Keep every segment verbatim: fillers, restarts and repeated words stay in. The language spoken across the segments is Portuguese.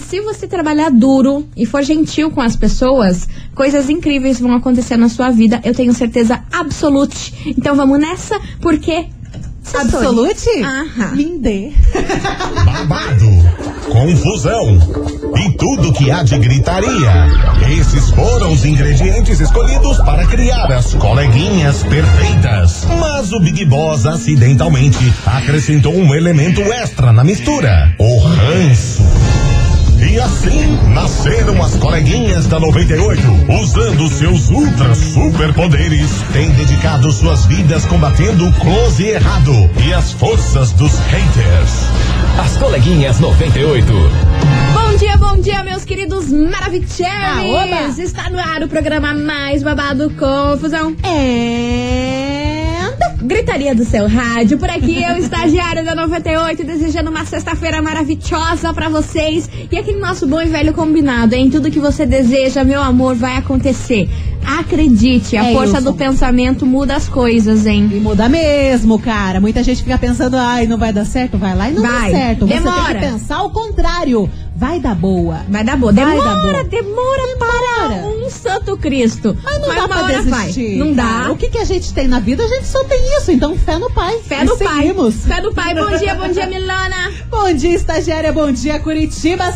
se você trabalhar duro e for gentil com as pessoas, coisas incríveis vão acontecer na sua vida. Eu tenho certeza absoluta. Então vamos nessa, porque... Absolute? Aham. Lindê. Babado, confusão e tudo que há de gritaria. Esses foram os ingredientes escolhidos para criar as coleguinhas perfeitas. Mas o Big Boss acidentalmente acrescentou um elemento extra na mistura: o ranço. E assim nasceram as coleguinhas da noventa e oito, usando seus ultra superpoderes, têm dedicado suas vidas combatendo o close e errado e as forças dos haters. As coleguinhas noventa e oito. Bom dia, bom dia, meus queridos Maravicheries! Está no ar o programa mais babado, Confusão. É... Gritaria do seu rádio. Por aqui eu, estagiária da noventa e oito, desejando uma sexta-feira maravilhosa pra vocês. E aquele nosso bom e velho combinado, hein? Tudo que você deseja, meu amor, vai acontecer. Acredite, a é força isso. do pensamento muda as coisas, hein? E muda mesmo, cara. Muita gente fica pensando, ai, não vai dar certo, vai lá e não vai. dá certo. Você Demora. tem que pensar o contrário. Vai dar boa. Vai dar boa. Vai Demora, dar boa. demora, demora para um santo Cristo. Mas não Mas dá uma pra hora desistir. vai. Não cara. dá. O que, que a gente tem na vida, a gente só tem isso. Então, fé no Pai. Fé e no Pai. seguimos. Fé no Pai. Bom dia, bom dia, Milana. Bom dia, estagiária. Bom dia, Curitiba.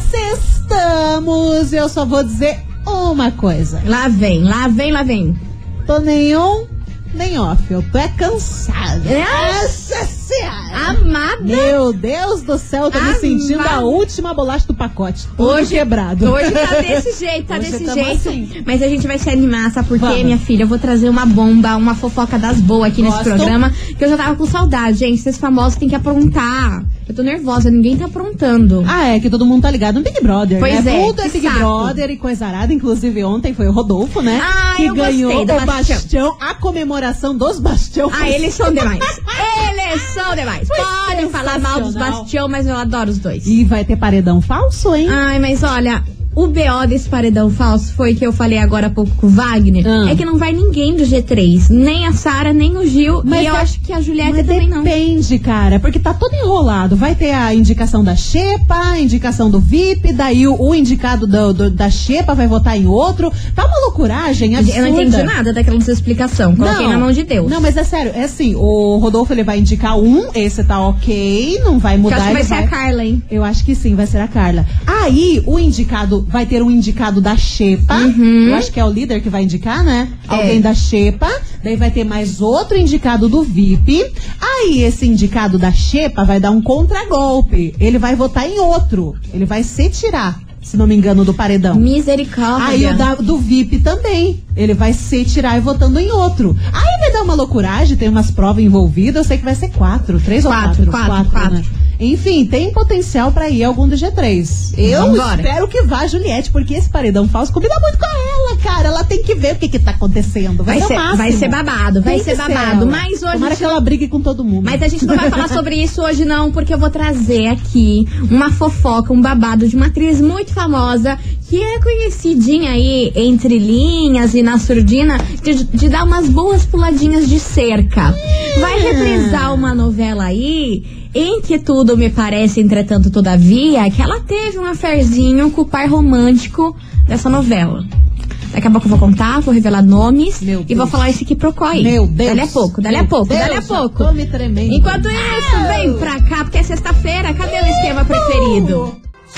Sextamos. Eu só vou dizer uma coisa. Lá vem, lá vem, lá vem. Tô nem on, nem off. Eu tô é cansada. Nossa Senhora. Amada. Meu Deus do céu, tô Amada. me sentindo a última bolacha do pacote. Tudo Hoje quebrado. Hoje tá desse jeito, tá Hoje desse tamo jeito. assim. Mas a gente vai se animar, sabe por quê, Vamos. minha filha? Eu vou trazer uma bomba, uma fofoca das boas aqui Gosto. nesse programa, que eu já tava com saudade, gente. Esses famosos têm que aprontar. Eu tô nervosa, ninguém tá aprontando. Ah, é que todo mundo tá ligado no Big Brother, Pois né? é, Tudo é que Big saco. Brother e coisa arada. Inclusive ontem foi o Rodolfo, né? Ah, que eu ganhou gostei do o Bastião. Bastião, a comemoração dos Bastião. Ah, eles são demais. Eles são demais. Foi Pode falar mal dos sensacional. Bastião, mas eu adoro os dois. E vai ter paredão falso, hein? Ai, mas olha, o B O desse paredão falso foi que eu falei agora há pouco com o Wagner. Ah. É que não vai ninguém do G três. Nem a Sara, nem o Gil. Mas e eu é- acho que a Juliette Mas também não. depende, cara, porque tá todo enrolado. Vai ter a indicação da Xepa, a indicação do V I P, daí o, o indicado do, do- da Xepa vai votar em outro. Tá uma loucuragem absurda. Eu não entendi nada daquela sua explicação. Coloquei na mão de Deus. Não, mas é sério, é assim, o Rodolfo ele vai indicar um, esse tá ok, não vai Eu mudar. acho que vai ele ser a Carla, hein? Eu acho que sim, vai ser a Carla. Aí, o indicado, vai ter um indicado da Xepa. Uhum. Eu acho que é o líder que vai indicar, né? É. Alguém da Xepa. Daí vai ter mais outro indicado do V I P. Aí, esse indicado da Xepa vai dar um contragolpe. Ele vai votar em outro. Ele vai se tirar, se não me engano, do paredão. Misericórdia. Aí o da, do V I P também. Ele vai se tirar e votando em outro. Aí vai dar uma loucuragem, tem umas provas envolvidas. Eu sei que vai ser quatro, três Quatro, ou quatro. quatro, quatro. Né? Enfim, tem potencial pra ir algum do G três. Eu Vambora. espero que vá a Juliette, porque esse paredão falso combina muito com ela, cara. Ela tem que ver o que que tá acontecendo. Vai, Vai ser, ser, o máximo. vai ser babado, vai Tem ser que babado. ela. Mas hoje. Tomara que ela brigue com todo mundo. Mas a gente não vai falar sobre isso hoje, não, porque eu vou trazer aqui uma fofoca, um babado de uma atriz muito famosa que é conhecidinha aí entre linhas e na surdina de, de dar umas boas puladinhas de cerca. Vai reprisar uma novela aí em que tudo me parece, entretanto, todavia, que ela teve um affairzinho com o par romântico dessa novela. Daqui a pouco eu vou contar, vou revelar nomes Meu e Deus. vou falar esse que procó aí. Meu Deus. Dali a pouco, dali a Meu pouco, Deus, dali a já pouco. tô me tremendo. Enquanto isso, vem pra cá, porque é sexta-feira. Cadê o esquema preferido?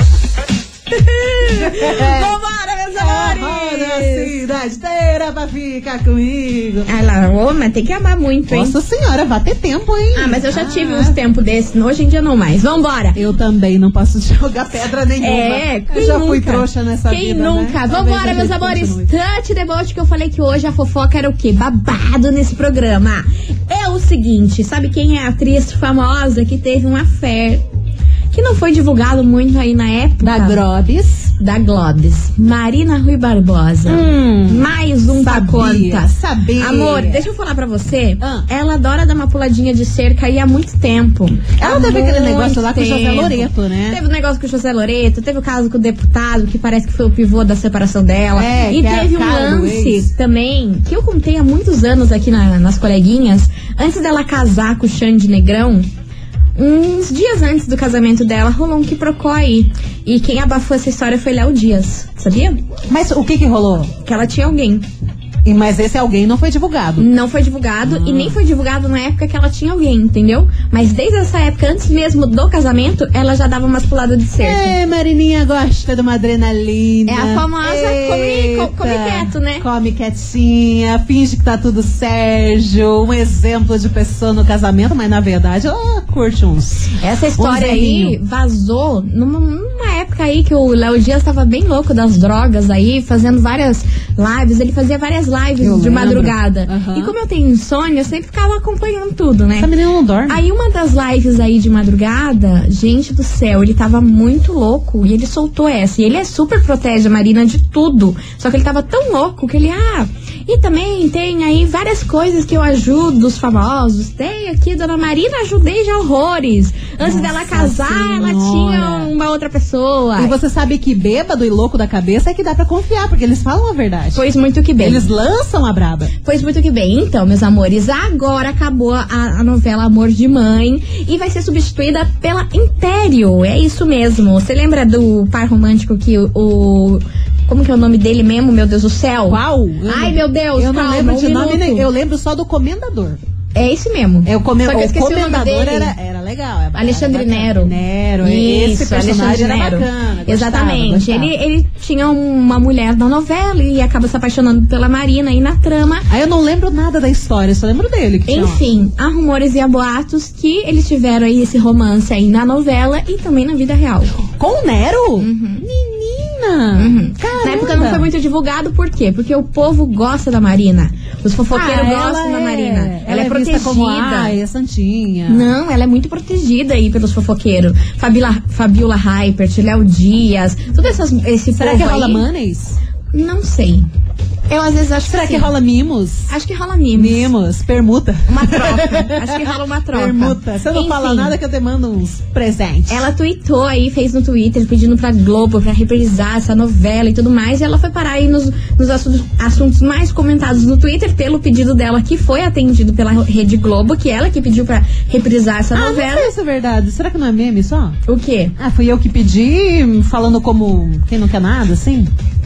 Vambora, meus Roda a amores! cidade inteira pra ficar comigo. Ah lá, ô, mas tem que amar muito, hein? Nossa senhora, vai ter tempo, hein? Ah, mas eu já tive Ah. uns tempos desses, hoje em dia não mais. Vambora! Eu também não posso jogar pedra nenhuma. É, eu quem já nunca? fui trouxa nessa Quem vida, nunca? né? Talvez Vambora, a meus gente amores. continue. Touch debote que eu falei que hoje a fofoca era o quê? Babado nesse programa. É o seguinte, sabe quem é a atriz famosa que teve um affair? Que não foi divulgado muito aí na época. Da Grobes. Da Globes. Marina Rui Barbosa. Hum, Mais um pra sabia, conta. sabia. Amor, deixa eu falar pra você. Ah. Ela adora dar uma puladinha de cerca aí há muito tempo. Ela Há teve aquele muito negócio lá com o José tempo. Loreto, né? Teve o negócio com o José Loreto, teve o caso com o deputado, que parece que foi o pivô da separação dela. É, e que é teve a um cara do lance ex. também, que eu contei há muitos anos aqui na- nas coleguinhas, antes dela casar com o Xande Negrão. uns dias antes do casamento dela, rolou um quiprocó aí. E quem abafou essa história foi Léo Dias, sabia? Mas o que que rolou? Que ela tinha alguém. E, mas esse alguém não foi divulgado. Não foi divulgado Ah. e nem foi divulgado na época que ela tinha alguém, entendeu? Mas desde essa época, antes mesmo do casamento, ela já dava umas puladas de cerca. É, Marininha gosta de uma adrenalina. É a famosa come, co- come quieto, né? Come quietinha, finge que tá tudo Sérgio, um exemplo de pessoa no casamento, mas na verdade ela curte uns. Essa história um aí zerrinho. vazou numa, numa época aí que o Léo Dias tava bem louco das drogas aí, fazendo várias lives. Ele fazia várias lives Eu de lembro. madrugada. Aham. E como eu tenho insônia, eu sempre ficava acompanhando tudo, né? Essa menina não dorme. Aí uma das lives aí de madrugada, gente do céu, ele tava muito louco e ele soltou essa. E ele é super protege a Marina de tudo. Só que ele tava tão louco que ele, ah, e também tem aí várias coisas que eu ajudo os famosos. Tem aqui, dona Marina, ajudei já horrores. Antes Nossa dela casar, ela Senhora. tinha uma outra pessoa. E você sabe que bêbado e louco da cabeça é que dá pra confiar, porque eles falam a verdade. Pois muito que bem. Eles lançam a braba. Pois muito que bem. Então, meus amores, agora acabou a, a novela Amor de Mãe e vai ser substituída pela Império. É isso mesmo. Você lembra do par romântico que o... o- como que é o nome dele mesmo, meu Deus do céu? Qual? Eu Ai, não- meu Deus, Eu não calma, lembro um de nome, minuto. nem- eu lembro só do Comendador. É esse mesmo. É o, come, Só que eu o esqueci o nome Comendador dele. era, era legal. Era, Alexandre era bacana. Nero. Nero. esse Isso, personagem Alexandre era Nero. bacana. Gostava, Exatamente. gostava. Ele, ele tinha uma mulher na novela e acaba se apaixonando pela Marina aí na trama. Aí eu não lembro nada da história, só lembro dele. Que tinha, ó. Enfim, há rumores e há boatos que eles tiveram aí esse romance aí na novela e também na vida real. Com o Nero? Menina! Uhum. Caramba. Na época não foi muito divulgado, por quê? Porque o povo gosta da Marina. Os fofoqueiros Ah, gostam ela da é- Marina. Ela, ela é, é protegida. vista como, ai, é santinha. Não, ela é muito protegida aí pelos fofoqueiros. Fabiola, Fabiola Hypert, Léo Dias, tudo essas, esse Será povo que rola aí, manes? Não sei. Eu às vezes acho Será que que sim. rola mimos? Acho que rola mimos. Mimos, permuta. Uma troca. Acho que rola uma troca. Permuta. Você não Enfim, fala nada que eu te mando uns presentes. Ela tweetou aí, fez no Twitter, pedindo pra Globo pra reprisar essa novela e tudo mais. E ela foi parar aí nos, nos assuntos, assuntos mais comentados no Twitter pelo pedido dela, que foi atendido pela Rede Globo, que ela que pediu pra reprisar essa Ah, não novela. sei se é verdade. Será que não é meme só? O quê? Ah, fui eu que pedi, falando como quem não quer nada, assim?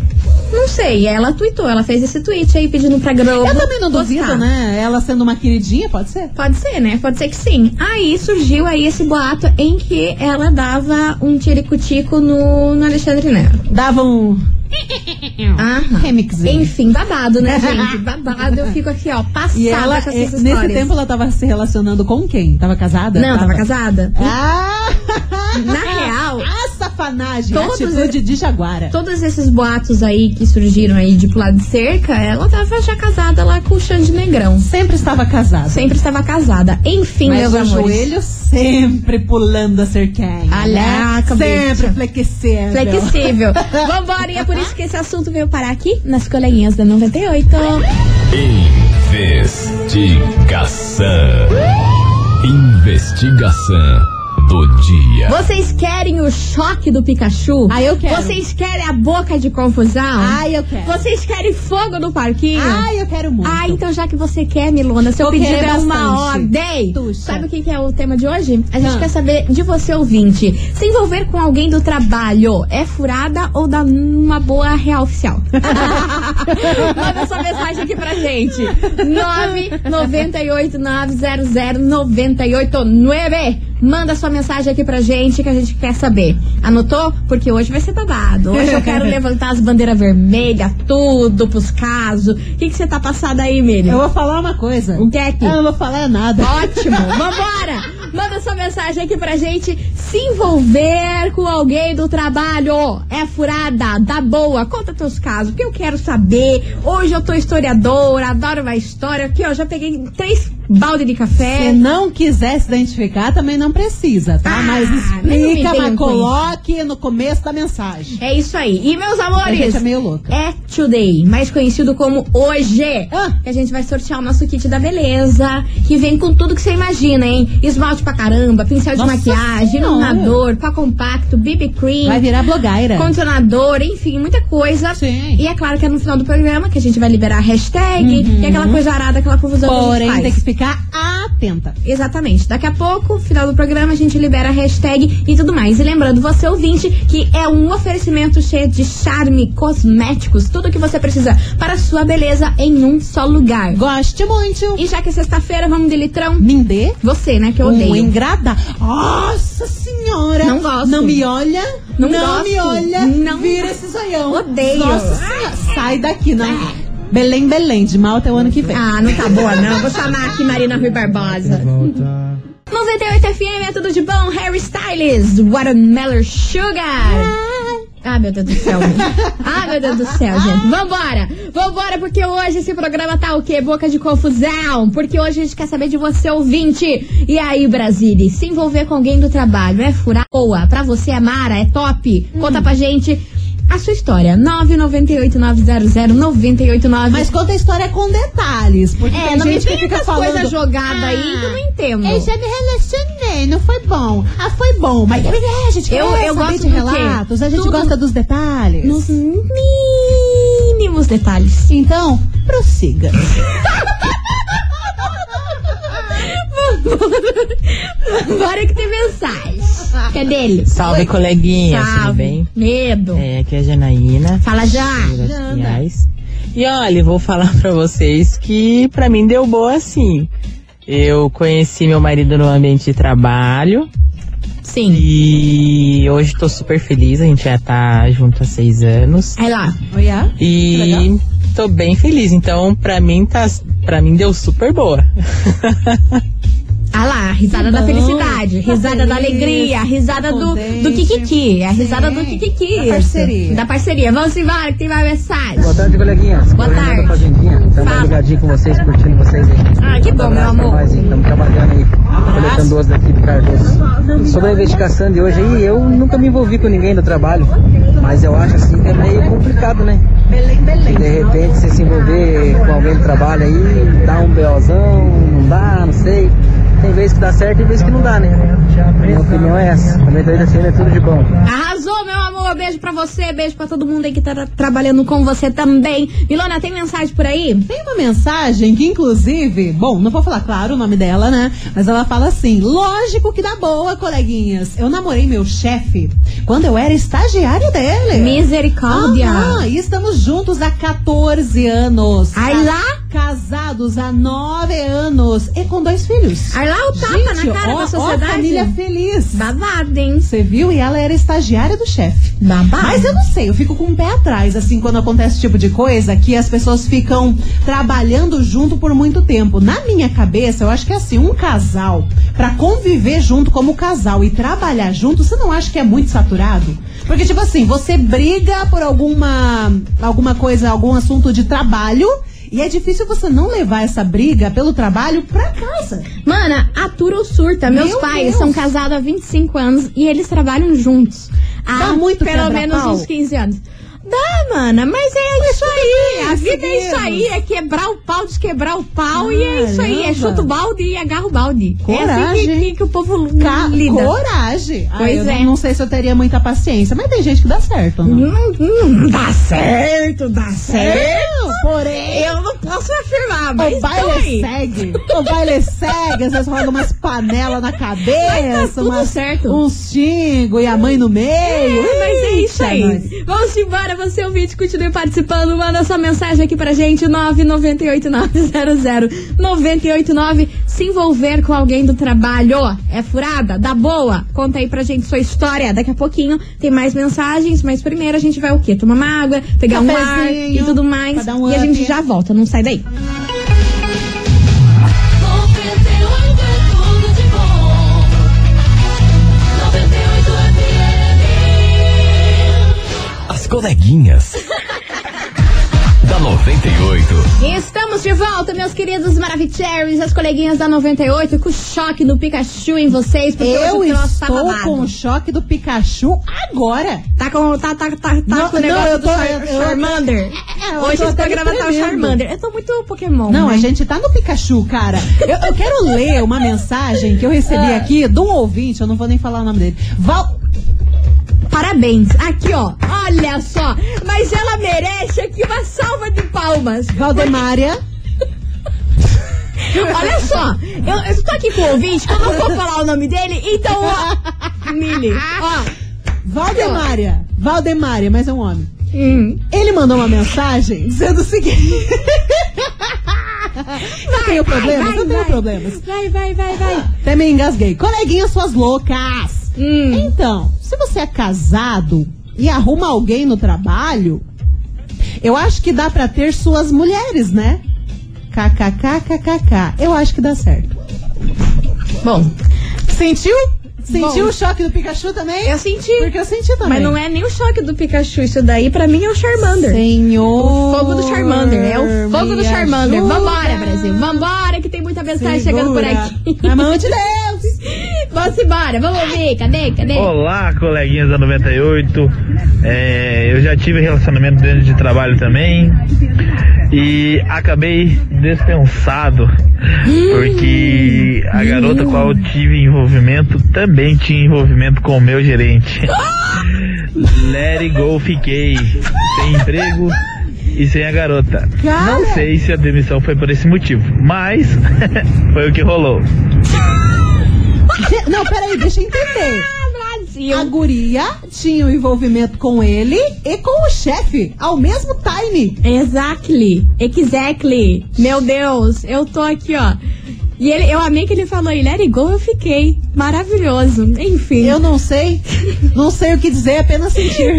Não sei, ela tweetou, ela fez esse tweet aí pedindo pra Globo. Eu também não duvido, postar. né? Ela sendo uma queridinha, pode ser? Pode ser, né? Pode ser que sim. Aí surgiu aí esse boato em que ela dava um tiricutico no, no Alexandre Nero. Dava um Aham. remixinho. Enfim, babado, né, gente? Babado, eu fico aqui, ó, passada E ela, com eh, essas nesse histórias. tempo, ela tava se relacionando com quem? Tava casada? Não, tava casada. Ah! Na real, Ah, safanagem! todos Atitude de jaguara. todos esses boatos aí que surgiram aí de pular de cerca, ela tava já casada lá com o Xande Negrão. Sempre estava casada. Sempre estava casada. Enfim, Mas meus o amores. joelho sempre pulando a cerquinha. Caraca, né? Sempre bicha. flexível. Flexível. Vambora, e é por isso que esse assunto veio parar aqui nas coleguinhas da noventa e oito. Investigação. Investigação do dia. Vocês querem o choque do Pikachu? Ah, eu quero. Vocês querem a boca de confusão? Ai, eu quero. Vocês querem fogo no parquinho? Ai, eu quero muito. Ah, então já que você quer, Milona, seu Vou pedido querer é uma bastante. ordem. Tuxa. Sabe o que que é o tema de hoje? A gente Ah. quer saber de você, ouvinte. Se envolver com alguém do trabalho é furada ou dá uma boa real oficial? Manda sua mensagem aqui pra gente. nove nove oito nove zero zero nove oito nove. Manda sua mensagem aqui pra gente que a gente quer saber. Anotou? Porque hoje vai ser babado. Hoje eu quero levantar as bandeiras vermelhas, tudo pros casos. O que você tá passada aí, Miriam? Eu vou falar uma coisa. O que é que? Eu não vou falar nada. Ótimo, vambora! Manda sua mensagem aqui pra gente. Se envolver com alguém do trabalho é furada, dá boa. Conta teus casos, porque eu quero saber. Hoje eu tô historiadora, adoro uma história. Aqui, ó, já peguei três balde de café. Se não quiser se identificar, também não precisa, tá? Ah, mas nem me explica, venham mas com coloque no começo da mensagem. É isso aí. E meus A amores, gente é meio louca. é Today, mais conhecido como Hoje. Ah. Que a gente vai sortear o nosso kit da beleza, que vem com tudo que você imagina, hein? Esmalte pra caramba, pincel de Nossa maquiagem, Senhora. iluminador, pá compacto, B B cream, Vai virar blogueira. condicionador, enfim, muita coisa. Sim. E é claro que é no final do programa que a gente vai liberar a hashtag, e aquela coisa arada, aquela confusão que a gente Porém, faz. tem que ficar atenta. Exatamente. Daqui a pouco, final do programa, a gente libera a hashtag e tudo mais. E lembrando, você ouvinte, que é um oferecimento cheio de charme, cosméticos, tudo que você precisa para a sua beleza em um só lugar. Goste muito. E já que é sexta-feira, vamos de litrão? Me dê. Você, né, que eu Um odeio. engrada. Nossa senhora. Não gosto. Não me olha. Não Não, gosto. me olha. Não. Vira esse zoião. Odeio. Nossa senhora. Sai daqui, não. Belém, Belém. De mal até o ano que vem. Ah, não tá boa, não. Vou chamar aqui Marina Rui Barbosa. noventa e oito F M, é tudo de bom. Harry Styles, Watermelon Sugar. Ah, meu Deus do céu. Ah, meu Deus do céu, gente. Vambora. Vambora, porque hoje esse programa tá o quê? Boca de confusão. Porque hoje a gente quer saber de você, ouvinte. E aí, Brasília, se envolver com alguém do trabalho é furar? Boa. Pra você, é Mara, é top. Hum. Conta pra gente a sua história. nove nove oito nove zero zero nove oito nove. Mas conta a história com detalhes. Porque É, tem não me gente que vem fica essas falando coisas jogadas ah, aí que eu não entendo. Eu já me relacionei, não foi bom. Ah, foi bom. Mas é, a gente Eu- quer eu saber gosto de do relatos. quê? A gente Tudo gosta dos detalhes. Nos mínimos detalhes. Então, prossiga. Bora que tem mensagem. Cadê ele? Salve, Oi. coleguinha, Salve. tudo bem? Medo. É, aqui é a Janaína. Fala já. das Pinhais. E olha, vou falar pra vocês que pra mim deu boa assim. Eu conheci meu marido no ambiente de trabalho Sim. e hoje tô super feliz, a gente já tá junto há seis anos. Aí lá. Olha. E tô bem feliz, então pra mim tá, pra mim deu super boa. Ah lá, risada Que da bom. felicidade, Tá risada da feliz, alegria, risada tá do, contente. do Kikiki, a risada Sim, do Kikiki. da isso. parceria. Da parceria. Vamos embora que tem mais mensagem. Boa tarde, coleguinhas. Boa Correndo tarde. da Fazendinha. Fala. Estamos ligadinhos com vocês, curtindo vocês aí. Ah, que Um bom, meu abraço pra amor. nós, hein? Estamos trabalhando aí, coletando doce daqui do Cardoso. Sobre a investigação de hoje aí, eu nunca me envolvi com ninguém do trabalho, mas eu acho assim que é meio complicado, né? Belém, Belém. De repente você se envolver com alguém do trabalho aí, dá um BOzão, não dá, não sei. Tem vezes que dá certo e vezes que não dá, né? Minha opinião é essa. noventa e oito F M é tudo de bom. Arrasou, meu amor. Beijo pra você, beijo pra todo mundo aí que tá tra- trabalhando com você também. Milona, tem mensagem por aí? Tem uma mensagem que, inclusive, bom, não vou falar, claro, o nome dela, né? Mas ela fala assim: lógico que dá boa, coleguinhas. Eu namorei meu chefe quando eu era estagiário dele. Misericórdia. Ah, e estamos juntos há catorze anos. Ai Ca- lá. Casados há nove anos e com dois filhos. Aí lá o tapa Gente, na cara ó, da ó, sociedade. família feliz. Babado, hein? Você viu? E ela era estagiária do chefe. Babado. Mas eu não sei, eu fico com o pé atrás, assim, quando acontece esse tipo de coisa, que as pessoas ficam trabalhando junto por muito tempo. Na minha cabeça, eu acho que é assim, um casal, pra conviver junto como casal e trabalhar junto, você não acha que é muito saturado? Porque, tipo assim, você briga por alguma, alguma coisa, algum assunto de trabalho, e é difícil você não levar essa briga pelo trabalho pra casa. Mana, atura ou surta. Meus Meu pais Deus. são casados há vinte e cinco anos e eles trabalham juntos. Dá Há muito pelo quebra-pau? menos uns quinze anos. Dá, mana, mas é isso aí. A vida é isso seguimos. aí. É quebrar o pau, desquebrar o pau. E é isso aí. É Caramba. chuta o balde e agarra o balde. É assim Coragem. que, que, que o povo Ca- lida. Coragem. Ah, Pois eu é. não, não sei se eu teria muita paciência, mas tem gente que dá certo. Não? Não, não dá certo, dá certo. Porém, Eu não posso afirmar, mas o baile aí. segue. O baile segue. Às vezes rola umas panelas na cabeça, Mas tá tudo umas, certo. uns xingos e a mãe no meio. É, mas é isso Eita, aí. nós. Vamos embora, você ouvinte, continue participando. Manda sua mensagem aqui pra gente, nove nove oito nove zero zero nove oito nove. Se envolver com alguém do trabalho, é furada? Dá boa? Conta aí pra gente sua história. Daqui a pouquinho tem mais mensagens, mas primeiro a gente vai o quê? Tomar uma água, pegar um ar Cafezinho, e tudo mais. pra dar um e a up. gente já volta, não sai daí. As coleguinhas. Da noventa e oito. Estamos de volta, meus queridos Maravicheries, as coleguinhas da noventa e oito, com o choque do Pikachu em vocês, porque Eu hoje o troço tá estou babado. com o choque do Pikachu agora. Tá com, tá, tá, tá, tá Não, com o não, negócio eu tô- do Char eu- eu- Charmander. eu Hoje tô esse até programa tá o tremendo. Charmander. Eu tô muito Pokémon, Não, né? a gente tá no Pikachu, cara. Eu, eu quero ler uma mensagem que eu recebi aqui de um ouvinte, eu não vou nem falar o nome dele. Val... Parabéns. Aqui, ó. Olha só. Mas ela merece aqui uma salva de palmas. Valdemária. Olha só, eu, eu tô aqui com o ouvinte, que eu não vou falar o nome dele, então, ó, Mili, ó. Valdemária, Valdemária, mas é um homem. Hum. Ele mandou uma mensagem dizendo o seguinte. Não tenho problemas, não tenho problemas. Vai, vai, vai, vai. Até me engasguei. Coleguinhas suas loucas. Hum. Então, se você é casado e arruma alguém no trabalho, eu acho que dá pra ter suas mulheres, né? KKKKKK. Eu acho que dá certo. Bom, sentiu? Sentiu Bom, o choque do Pikachu também? Eu senti. Porque eu senti também. Mas não é nem o choque do Pikachu, isso daí pra mim é o Charmander. Senhor. O fogo do Charmander, é o fogo do Charmander. Ajuda. Vambora, Brasil, vambora que tem muita mensagem Segura. chegando por aqui. Na mão de Deus. Vamos embora, vamos ouvir, cadê, cadê? Olá, coleguinhas da noventa e oito. É, eu já tive relacionamento dentro de trabalho também e acabei dispensado porque a garota com a qual eu tive envolvimento também tinha envolvimento com o meu gerente. Let it go, fiquei sem emprego e sem a garota. Cara. Não sei se a demissão foi por esse motivo, mas foi o que rolou. Não, peraí, deixa eu entender. Brasil. A guria tinha um envolvimento com ele e com o chefe ao mesmo time. Exactly, exactly. Meu Deus, eu tô aqui, ó. E ele, eu amei que ele falou, e let it go, eu fiquei. Maravilhoso. Enfim. Eu não sei, não sei o que dizer, apenas sentir.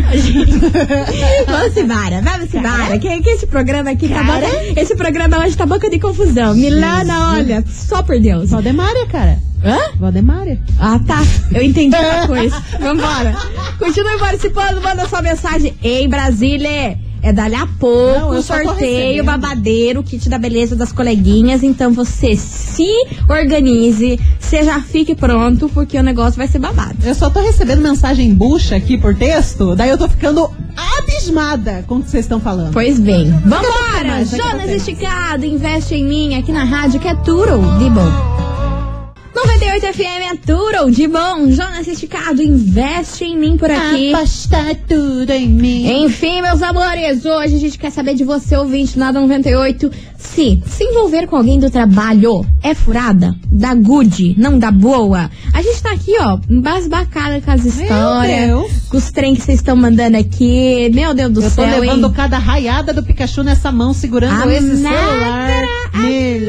Vamos embora, vamos embora. Que, que esse programa aqui tá boca, esse programa hoje tá boca de confusão. Milana, olha, só por Deus. Valdemária, cara. Hã? Valdemária. Ah, tá. Eu entendi outra coisa. Vambora. Continue participando, manda sua mensagem. Ei, Brasília. É dali a pouco, Não, o sorteio babadeiro, kit da beleza das coleguinhas. Então você se organize, você já fique pronto, porque o negócio vai ser babado. Eu só tô recebendo mensagem bucha aqui por texto, daí eu tô ficando abismada com o que vocês estão falando. Pois bem, vambora! mais, Jonas Esticado, investe em mim aqui na rádio, que é tudo de bom. noventa e oito F M é tudo de bom. Jonas Esticado, investe em mim por aqui. Aposta tudo em mim. Enfim, meus amores, hoje a gente quer saber de você, ouvinte, nada noventa e oito. Se se envolver com alguém do trabalho é furada, dá good, não dá boa. A gente tá aqui, ó, embasbacada com as histórias, com os trem que vocês estão mandando aqui. Meu Deus do eu céu, Eu tô levando hein? cada raiada do Pikachu nessa mão, segurando A esse nada, celular. a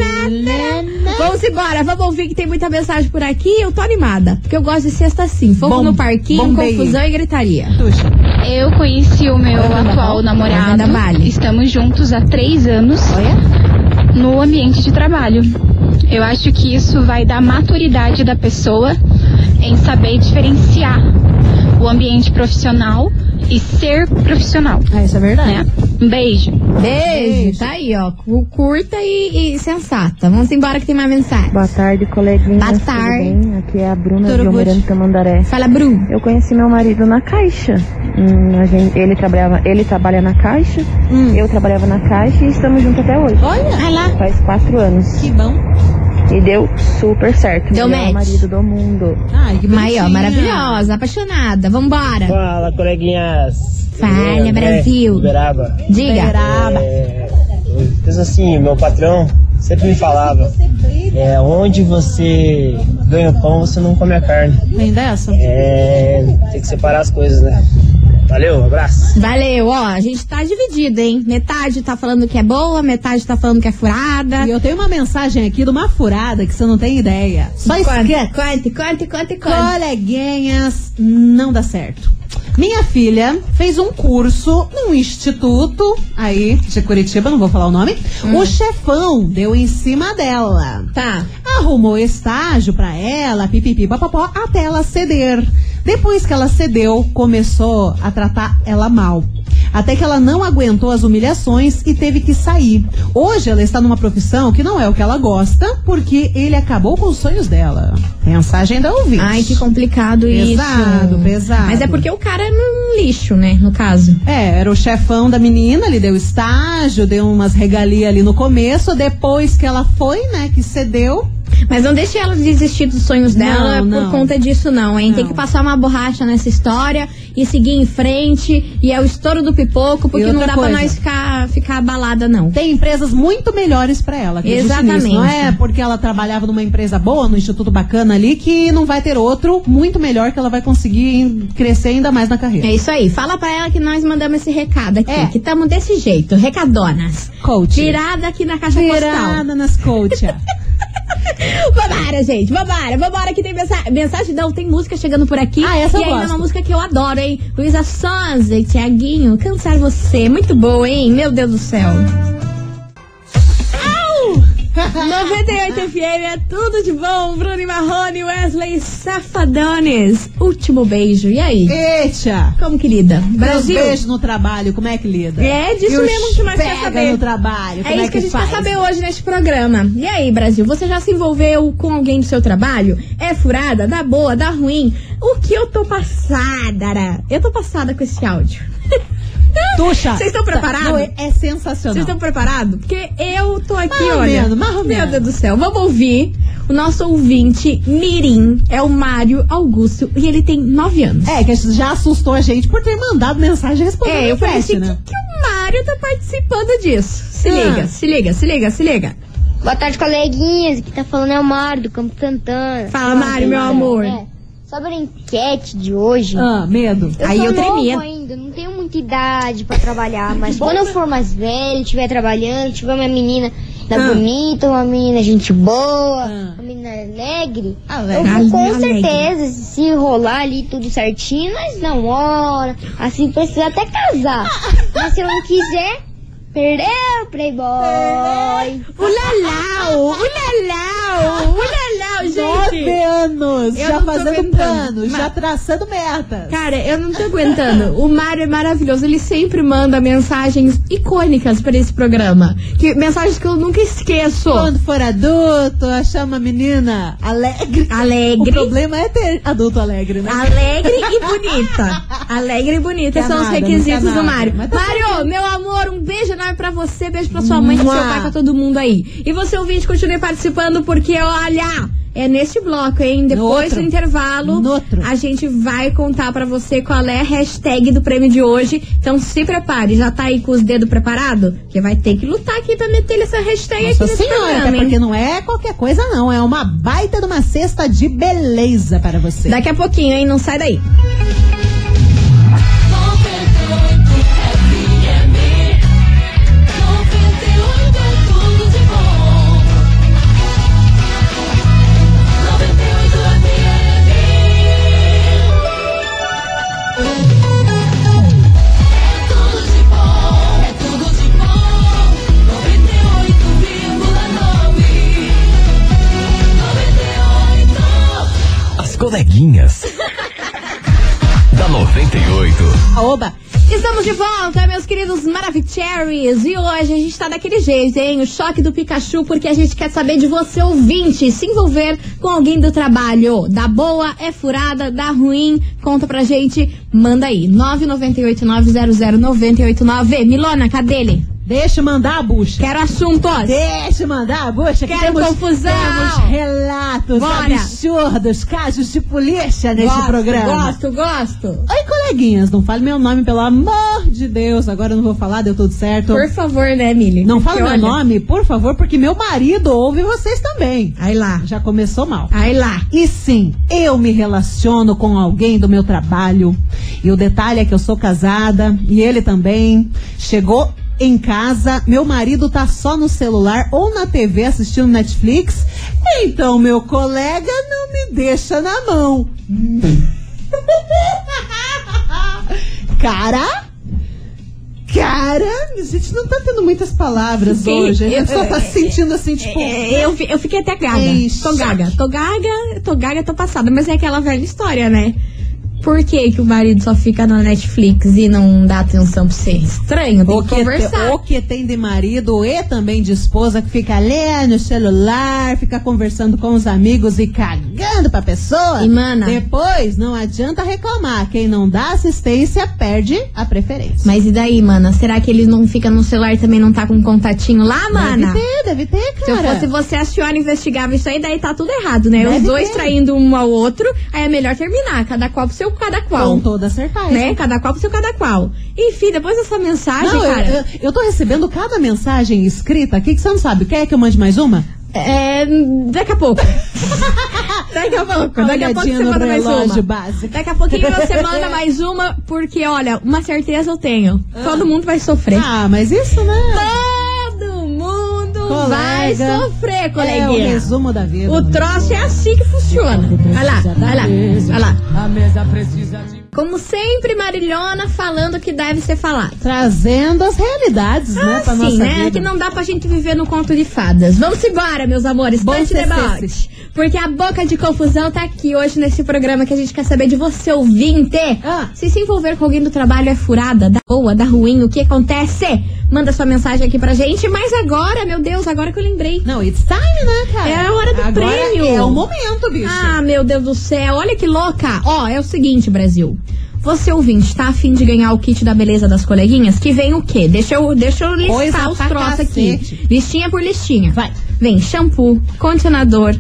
nada. Vamos embora, vamos ouvir que tem muita mensagem por aqui. Eu tô animada, porque eu gosto de sexta assim. Fogo Bom, no parquinho, bombeio. confusão e gritaria. Puxa. Eu conheci o meu Oi, atual Oi, namorado. vale. Estamos juntos há três anos. Olha. No ambiente de trabalho. Eu acho que isso vai dar maturidade da pessoa em saber diferenciar o ambiente profissional e ser profissional. Ah, isso é verdade. Né? Um beijo. Beijo, Beijo. tá aí, ó. cu- Curta e, e sensata. Vamos embora que tem mais mensagem. Boa tarde, coleguinhas. Boa Tudo tarde. bem? Aqui é a Bruna Tudo de Almirante Tamandaré. Fala, Bru. Eu conheci meu marido na Caixa. Hum, a gente, ele, trabalhava, ele trabalha na Caixa, Hum. eu trabalhava na Caixa e estamos juntos até hoje. Olha. Vai lá. Faz quatro anos. Que bom. E deu super certo. Deu Ele é match. o marido do mundo. Ai, que Mas, ó, bonitinha. maravilhosa, apaixonada. Vambora. Fala, coleguinhas. Fala, André, Brasil. Uberaba. Diga. Beraba. É, então, assim, meu patrão sempre me falava, é, onde você ganha o pão, você não come a carne. Vem dessa? É, tem que separar as coisas, né? Valeu, abraço. Valeu, ó, a gente tá dividido, hein? Metade tá falando que é boa, metade tá falando que é furada. E eu tenho uma mensagem aqui de uma furada que você não tem ideia. Só Conte, esquece. conte, conte, conte, conte. Coleguinhas, não dá certo. Minha filha fez um curso num instituto aí de Curitiba, não vou falar o nome. Hum. O chefão deu em cima dela. Tá. Arrumou estágio pra ela, pipipi, papapó, até ela ceder. Depois que ela cedeu, começou a tratar ela mal. Até que ela não aguentou as humilhações e teve que sair. Hoje ela está numa profissão que não é o que ela gosta, porque ele acabou com os sonhos dela. Mensagem da ouvinte. Ai, que complicado Pesado, isso. pesado. Mas é porque o cara é um lixo, né, no caso. É, era o chefão da menina, ele deu estágio, deu umas regalias ali no começo, depois que ela foi, né, que cedeu. Mas não deixe ela desistir dos sonhos dela Não, por não. conta disso, não, hein? Não. Tem que passar uma borracha nessa história e seguir em frente. E é o estouro do pipoco, porque E não outra dá pra coisa. nós ficar, ficar abalada, não. Tem empresas muito melhores pra ela. acredite Exatamente. nisso. Não é porque ela trabalhava numa empresa boa, num instituto bacana ali, que não vai ter outro muito melhor que ela vai conseguir crescer ainda mais na carreira. É isso aí. Fala pra ela que nós mandamos esse recado aqui. É. Que tamo desse jeito. Recadonas. Coach. Virada aqui na caixa postal. Virada nas coach. Vambora, gente, vambora, vambora que tem mensagem, mensagem não, tem música chegando por aqui. Ah, essa eu E ainda gosto. uma música que eu adoro, hein? Luísa Sonza e Thiaguinho, Cansar Você, muito boa, hein? Meu Deus do céu. noventa e oito F M é tudo de bom. Bruno e Marrone, Wesley Safadones. Último beijo. E aí? Eita! Como querida? Brasil? Beijo no trabalho, como é que lida? É disso E os mesmo que nós quer pega saber. no trabalho, como É é, isso que a gente faz? quer saber hoje neste programa. E aí, Brasil, você já se envolveu com alguém do seu trabalho? É furada? Dá boa? Dá ruim? O que eu tô passada? Eu tô passada com esse áudio. Tuxa! Vocês estão preparados? Não, é, é sensacional. Vocês estão preparados? Porque eu tô aqui, Mais ou olha. menos, mais ou Meu menos. Deus do céu. Vamos ouvir o nosso ouvinte Mirim. É o Mário Augusto. E ele tem nove anos. É, que já assustou a gente por ter mandado mensagem respondendo É, eu no falei cast, assim, né? que, que o Mário tá participando disso? Se Ah. liga, se liga, se liga, se liga. Boa tarde, coleguinhas. Aqui tá falando é o Mário do Campo Santana. Fala, Mário, meu amor. É, sobre a enquete de hoje. Ah, medo. Eu Aí sou eu novo tremia. ainda, não tenho muita idade pra trabalhar, mas quando eu for mais velho, estiver trabalhando, tiver uma menina da Ah. bonita, uma menina gente boa, Ah. uma menina alegre, Alegre. eu vou com Alegre. certeza, se rolar ali tudo certinho, nós namora, assim precisa até casar. Mas se eu não quiser, perdeu, playboy. Ulalau, ulalau, ulalau, gente. Nove anos, Eu já não tô fazendo aguentando. planos, Mas- já traçando metas. Cara, eu não tô aguentando. O Mário é maravilhoso. Ele sempre manda mensagens icônicas pra esse programa. Que, mensagens que eu nunca esqueço. Quando for adulto, achar uma menina alegre. Alegre. O problema é ter adulto alegre, né? Alegre e bonita. Alegre e bonita Quer são os nada, não requisitos quer do nada. Mário. Mas tá Mário, meu amor, um beijo enorme pra você, beijo pra sua mãe, pro seu Mua. pai, pra todo mundo aí. E você, ouvinte, continue participando, porque, olha, é neste bloco, hein? Depois outro. do intervalo, No outro. a gente vai contar pra você qual é a hashtag do prêmio de hoje. Então se prepare, já tá aí com os dedos preparados? Porque vai ter que lutar aqui pra meter essa hashtag Nossa aqui nesse senhora, até programa, hein? porque não é qualquer coisa não, é uma baita de uma cesta de beleza para você. Daqui a pouquinho, hein? Não sai daí. As coleguinhas. Da noventa e oito. Oba! Estamos de volta, meus queridos Maravicheries. E hoje a gente tá daquele jeito, hein? O choque do Pikachu, porque a gente quer saber de você, ouvinte, se envolver com alguém do trabalho. Dá boa, é furada, dá ruim? Conta pra gente, manda aí. nove nove oito nove zero zero nove oito nove. Milona, cadê ele? Deixa eu mandar a bucha. Quero assuntos. Deixa eu mandar a bucha. que Quero temos, confusão. Temos relatos Bora. absurdos, casos de polícia nesse Gosto, programa. Gosto, gosto. Oi, coleguinhas, não fale meu nome, pelo amor de Deus. Agora eu não vou falar, deu tudo certo. Por favor, né, Mili? Não Porque, fala meu olha, nome, por favor, porque meu marido ouve vocês também. Aí lá. Já começou mal. Aí lá. E sim, eu me relaciono com alguém do meu trabalho. E o detalhe é que eu sou casada e ele também. Chegou em casa, meu marido tá só no celular ou na T V assistindo Netflix. Então meu colega não me deixa na mão. Cara, cara, a gente não tá tendo muitas palavras Fiquei- hoje. A gente eu- só tá sentindo assim, tipo. É, eu, fi- eu fiquei até gaga. Em Tô choque. gaga, tô gaga, tô gaga, tô passada. Mas é aquela velha história, né? por que que o marido só fica na Netflix e não dá atenção pra você? Estranho, tem o que que conversar. Te, o que tem de marido e também de esposa que fica lendo o celular, fica conversando com os amigos e cagando pra pessoa. E, mana, depois não adianta reclamar. Quem não dá assistência perde a preferência. Mas e daí, mana? Será que ele não fica no celular e também não tá com um contatinho lá, mana? Deve ter, deve ter, cara. Se eu fosse você, a senhora investigava isso aí, daí tá tudo errado, né? Deve Os dois ter. traindo um ao outro, aí é melhor terminar. Cada qual pro seu cada qual. Com toda certeza. Né? Cada qual pro seu cada qual. Enfim, depois dessa mensagem, não, cara... Eu, eu, eu tô recebendo cada mensagem escrita aqui que você não sabe. Quer que eu mande mais uma? É, daqui a pouco. Daqui a pouco. Daqui a pouco você manda mais uma. Básico. Daqui a pouquinho você manda mais uma, porque, olha, uma certeza eu tenho. Ah. Todo mundo vai sofrer. Ah, mas isso, né? Todo mundo Colega, vai sofrer, coleguinha. É o resumo da vida. O troço é assim que funciona. Olha lá, olha lá, olha lá. A mesa precisa de... Como sempre, Marilhona falando o que deve ser falado. Trazendo as realidades, ah, né, pra sim, nossa né? vida. Que não dá pra gente viver no conto de fadas. Vamos embora, meus amores. Bastante debate. Porque a boca de confusão tá aqui hoje nesse programa que a gente quer saber de você, ouvinte. Ah. Se se envolver com alguém do trabalho é furada, da boa, da ruim, o que acontece? Manda sua mensagem aqui pra gente. Mas agora, meu Deus, agora que eu lembrei. Não, it's time, né, cara? É a hora do agora prêmio. É o momento, bicho. Ah, meu Deus do céu. Olha que louca. Ó, é o seguinte, Brasil. Você, ouvinte, tá afim de ganhar o kit da beleza das coleguinhas? Que vem o quê? Deixa eu, deixa eu listar Coisa os pra troços aqui. cacete. Listinha por listinha. Vai. Vem shampoo, condicionador,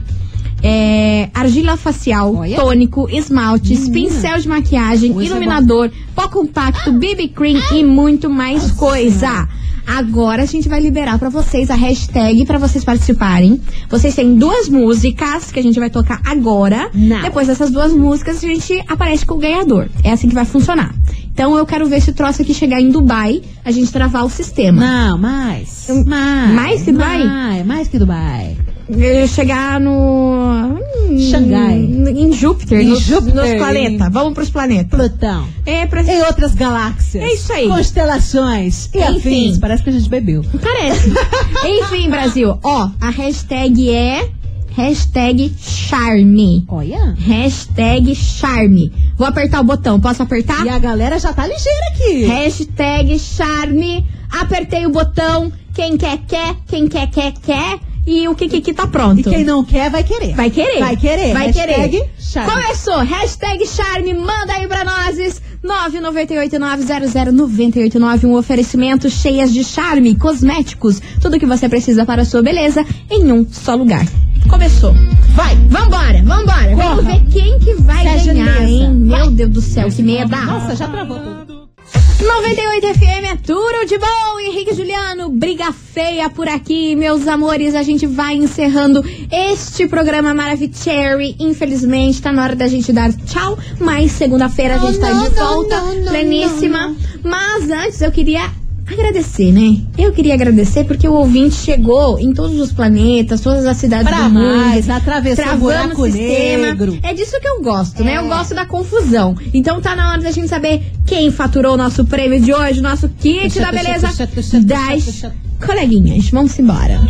é, argila facial, Olha. tônico, esmaltes, Menina. pincel de maquiagem, Coisa iluminador, pó compacto, B B cream e muito mais Nossa coisa. Senhora. Agora a gente vai liberar pra vocês a hashtag pra vocês participarem. Vocês têm duas músicas que a gente vai tocar agora. Não. Depois dessas duas músicas a gente aparece com o ganhador. É assim que vai funcionar. Então eu quero ver esse troço aqui chegar em Dubai, a gente travar o sistema. Não, mais. Mais. Mais que Dubai? Mais, mais que Dubai. Chegar no... Xangai. Em Júpiter, Em nos, Júpiter, nos planetas. em- Vamos pros planetas. Plutão. É pra... Em outras galáxias. É isso aí. Constelações e Enfim. afins. Parece que a gente bebeu. Parece. Enfim, Brasil. Ó, a hashtag é... Hashtag charme. Olha. Hashtag charme. Vou apertar o botão. Posso apertar? E a galera já tá ligeira aqui. Hashtag charme. Apertei o botão. Quem quer, quer. Quem quer, quer, quer. E o que que que tá pronto? E quem não quer, vai querer. Vai querer. Vai querer. Vai Hashtag querer. charme. Começou. Hashtag charme. Manda aí pra nós. nove nove oito nove zero zero nove oito nove. Um oferecimento cheias de charme, cosméticos. Tudo que você precisa para a sua beleza em um só lugar. Começou. Vai. Vambora, vambora. Corra. Vamos ver quem que vai Seja ganhar, nessa. hein? Vai. Meu Deus do céu, que medo. Nossa, já travou tudo. noventa e oito F M é tudo de bom. Henrique e Juliano, briga feia por aqui, meus amores. A gente vai encerrando este programa Maravicherry. Infelizmente, tá na hora da gente dar tchau. Mas segunda-feira a gente tá não, de não, volta, não, não, pleníssima. Mas antes eu queria agradecer, né? Eu queria agradecer porque o ouvinte chegou em todos os planetas, todas as cidades Pra do mundo. mais, atravessou o travando buraco o sistema. negro. É disso que eu gosto, né? É. Eu gosto da confusão. Então tá na hora da gente saber quem faturou o nosso prêmio de hoje, o nosso kit Tuxa, da tuxa, beleza tuxa, tuxa, das tuxa, tuxa. coleguinhas. Vamos embora.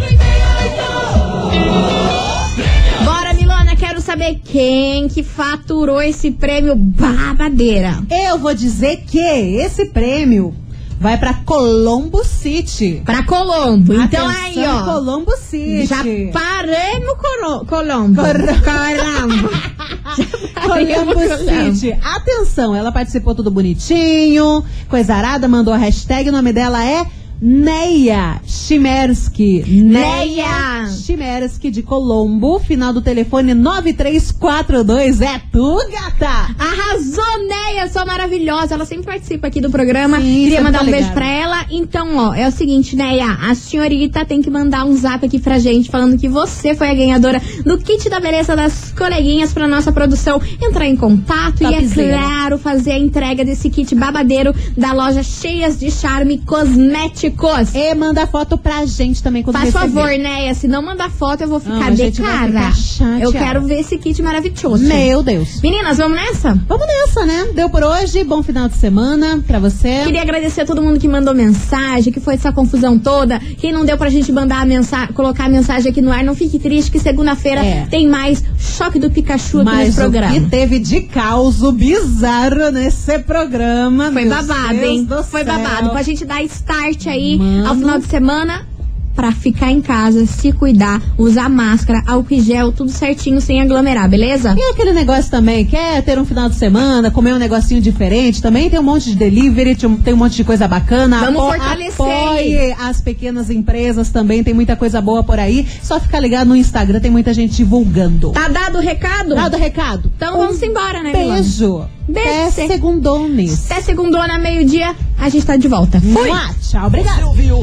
Bora, Milona, quero saber quem que faturou esse prêmio babadeira. Eu vou dizer que esse prêmio vai pra Colombo City. Pra Colombo. Então Atenção, aí, ó. Colombo City. Já paremos Coro- Colombo. Cor- Caramba. Colombo Colombo. City. Atenção, ela participou tudo bonitinho, coisa arada, mandou a hashtag, o nome dela é Neia Chimersky. Neia. Chimersky de Colombo, final do telefone nove três quatro dois. É tu, gata? Arrasou, Neia, sua maravilhosa. Ela sempre participa aqui do programa. Sim, Queria sempre mandar tá um beijo ligada. pra ela. Então, ó, é o seguinte, Neia, a senhorita tem que mandar um zap aqui pra gente falando que você foi a ganhadora do kit da beleza das coleguinhas pra nossa produção entrar em contato e, é Topzera. claro, fazer a entrega desse kit babadeiro da loja Cheias de Charme Cosméticos. E manda foto pra gente também quando Faz receber. favor, Neia, se não mandar foto eu vou Não, ficar a de gente vai cara. ficar chateada. Eu quero ver esse kit maravilhoso. Meu Deus. Meninas, vamos nessa? Vamos nessa, né? Deu por hoje, bom final de semana pra você. Queria agradecer a todo mundo que mandou mensagem, que foi essa confusão toda. Quem não deu pra gente mandar a mensagem, colocar a mensagem aqui no ar, não fique triste que segunda-feira É. tem mais. Só toque do Pikachu aqui Mas nesse programa. o que teve de causo bizarro nesse programa. Foi babado, Deus hein? do Foi céu. babado. Pra gente dar start aí Mano. ao final de semana. Pra ficar em casa, se cuidar, usar máscara, álcool em gel, tudo certinho, sem aglomerar, beleza? E aquele negócio também, quer ter um final de semana, comer um negocinho diferente, também tem um monte de delivery, tem um monte de coisa bacana. Vamos Apo- fortalecer. Apoie as pequenas empresas também, tem muita coisa boa por aí. Só ficar ligado no Instagram, tem muita gente divulgando. Tá dado o recado? Dado o recado. Então Um vamos embora, né, Milona? Beijo. Beijo. Até Cê- segundones. Até segundona, meio-dia, a gente tá de volta. Fui! Mua, tchau, obrigado. Você ouviu?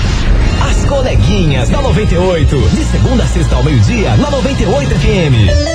As coleguinhas da noventa e oito. De segunda a sexta ao meio-dia, na noventa e oito F M.